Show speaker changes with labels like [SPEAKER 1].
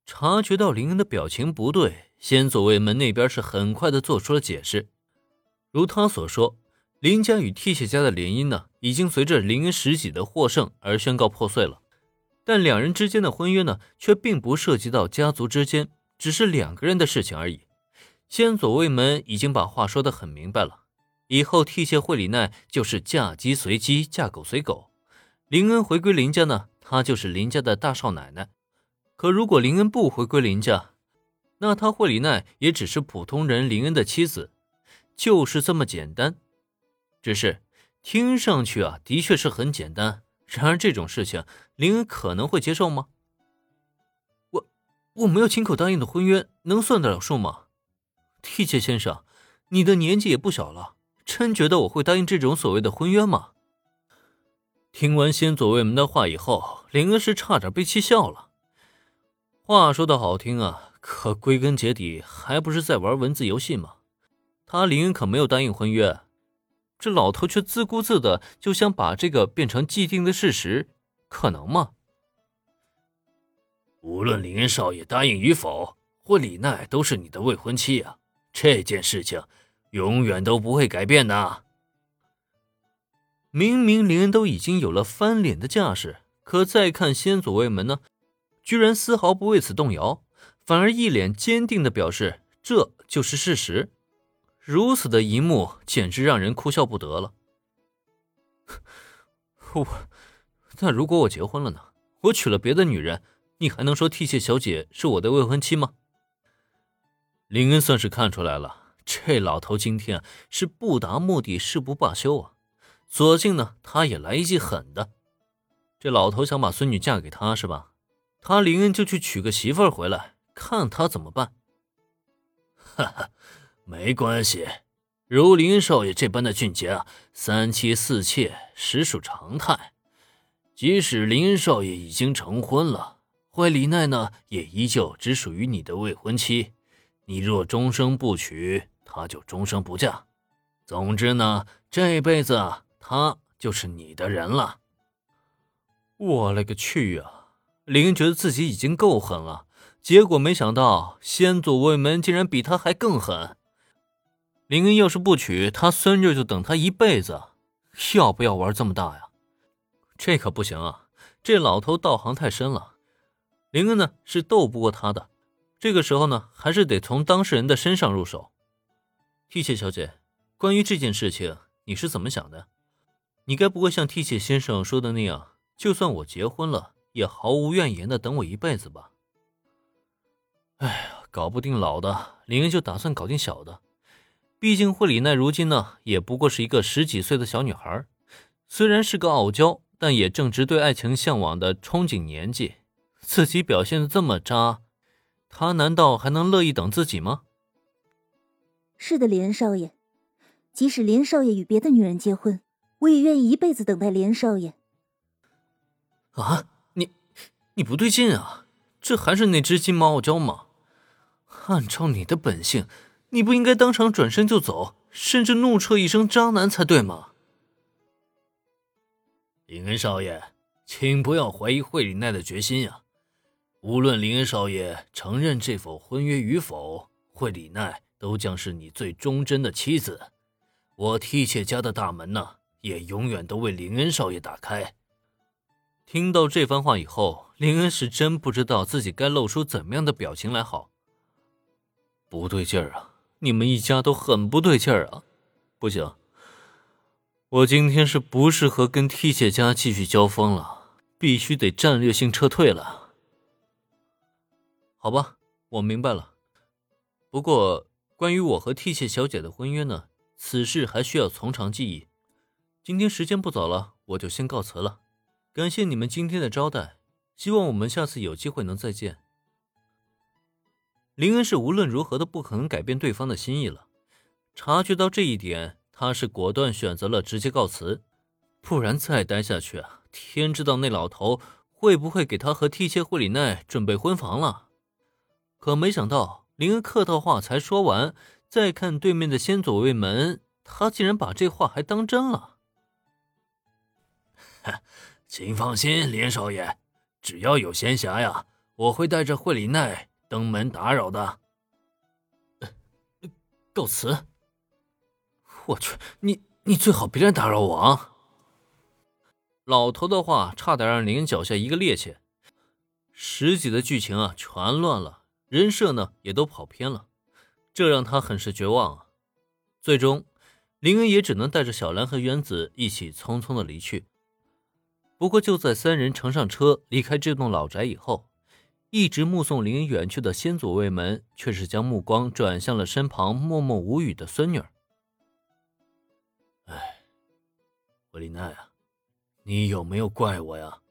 [SPEAKER 1] 察觉到林恩的表情不对，先左卫门那边是很快的做出了解释。如他所说，林家与替谢家的联姻呢，已经随着林恩10几的获胜而宣告破碎了。但两人之间的婚约呢，却并不涉及到家族之间，只是2个人的事情而已。先左卫门已经把话说得很明白了，以后替谢惠里奈就是嫁鸡随鸡，嫁狗随狗。林恩回归林家呢，她就是林家的大少奶奶。可如果林恩不回归林家，那他惠里奈也只是普通人林恩的妻子，就是这么简单。只是听上去啊，的确是很简单。然而这种事情，林恩可能会接受吗？我没有亲口答应的婚约，能算得了数吗？替谢先生，你的年纪也不小了，真觉得我会答应这种所谓的婚约吗？听完先左卫门的话以后，林恩是差点被气笑了。话说的好听啊，可归根结底还不是在玩文字游戏吗？他林恩可没有答应婚约，这老头却自顾自的就想把这个变成既定的事实，可能吗？
[SPEAKER 2] 无论林恩少爷答应与否，惠里奈都是你的未婚妻啊，这件事情永远都不会改变的。
[SPEAKER 1] 明明林恩都已经有了翻脸的架势，可再看先左卫门呢，居然丝毫不为此动摇，反而一脸坚定地表示这就是事实。如此的一幕简直让人哭笑不得了。那如果我结婚了呢？我娶了别的女人，你还能说替谢小姐是我的未婚妻吗？林恩算是看出来了，这老头今天是不达目的誓不罢休啊。索性呢，他也来一记狠的。这老头想把孙女嫁给他是吧？他林恩就去娶个媳妇儿回来，看他怎么办。
[SPEAKER 2] 哈哈，没关系，如林恩少爷这般的俊杰啊，3妻4妾实属常态。即使林恩少爷已经成婚了，惠里奈呢也依旧只属于你的未婚妻。你若终生不娶，她就终生不嫁。总之呢，这辈子她就是你的人了。
[SPEAKER 1] 我勒个去啊！林恩觉得自己已经够狠了，结果没想到先左卫门竟然比他还更狠。林恩要是不娶，他孙女就等他一辈子，要不要玩这么大呀？这可不行啊，这老头道行太深了。林恩呢是斗不过他的，这个时候呢还是得从当事人的身上入手。替谢小姐，关于这件事情你是怎么想的？你该不会像替谢先生说的那样，就算我结婚了也毫无怨言的等我一辈子吧？哎呀，搞不定老的，林恩就打算搞定小的。毕竟惠里奈如今呢也不过是一个10几岁的小女孩，虽然是个傲娇，但也正值对爱情向往的憧憬年纪。自己表现得这么渣，她难道还能乐意等自己吗？
[SPEAKER 3] 是的，林恩少爷，即使林少爷与别的女人结婚，我也愿意一辈子等待林少爷。
[SPEAKER 1] 啊，你不对劲啊，这还是那只金毛傲娇吗？按照你的本性，你不应该当场转身就走，甚至怒斥一声渣男才对吗？
[SPEAKER 2] 林恩少爷，请不要怀疑惠里奈的决心呀。无论林恩少爷承认这否婚约与否，惠里奈都将是你最忠贞的妻子。我替妾家的大门呢，也永远都为林恩少爷打开。
[SPEAKER 1] 听到这番话以后，林恩是真不知道自己该露出怎么样的表情来好。不对劲儿啊，你们一家都很不对劲儿啊！不行，我今天是不适合跟替妾家继续交锋了，必须得战略性撤退了。好吧，我明白了。不过，关于我和替妾小姐的婚约呢，此事还需要从长计议。今天时间不早了，我就先告辞了。感谢你们今天的招待，希望我们下次有机会能再见。林恩是无论如何都不可能改变对方的心意了。察觉到这一点，他是果断选择了直接告辞，不然再待下去啊，天知道那老头会不会给他和替妾惠里奈准备婚房了。可没想到林恩客套话才说完，再看对面的先左卫门，他竟然把这话还当真了。
[SPEAKER 2] 请放心，林少爷，只要有闲暇呀， 我会带着惠里奈登门打扰的。
[SPEAKER 1] 告辞。我去，你最好别来打扰我啊！老头的话差点让林恩脚下一个趔趄，10集的剧情啊全乱了，人设呢也都跑偏了，这让他很是绝望啊。最终林恩也只能带着小兰和原子一起匆匆的离去。不过就在3人乘上车离开这栋老宅以后，一直目送林恩远去的先佐卫门却是将目光转向了身旁默默无语的孙女儿。
[SPEAKER 2] 惠里奈啊，你有没有怪我呀？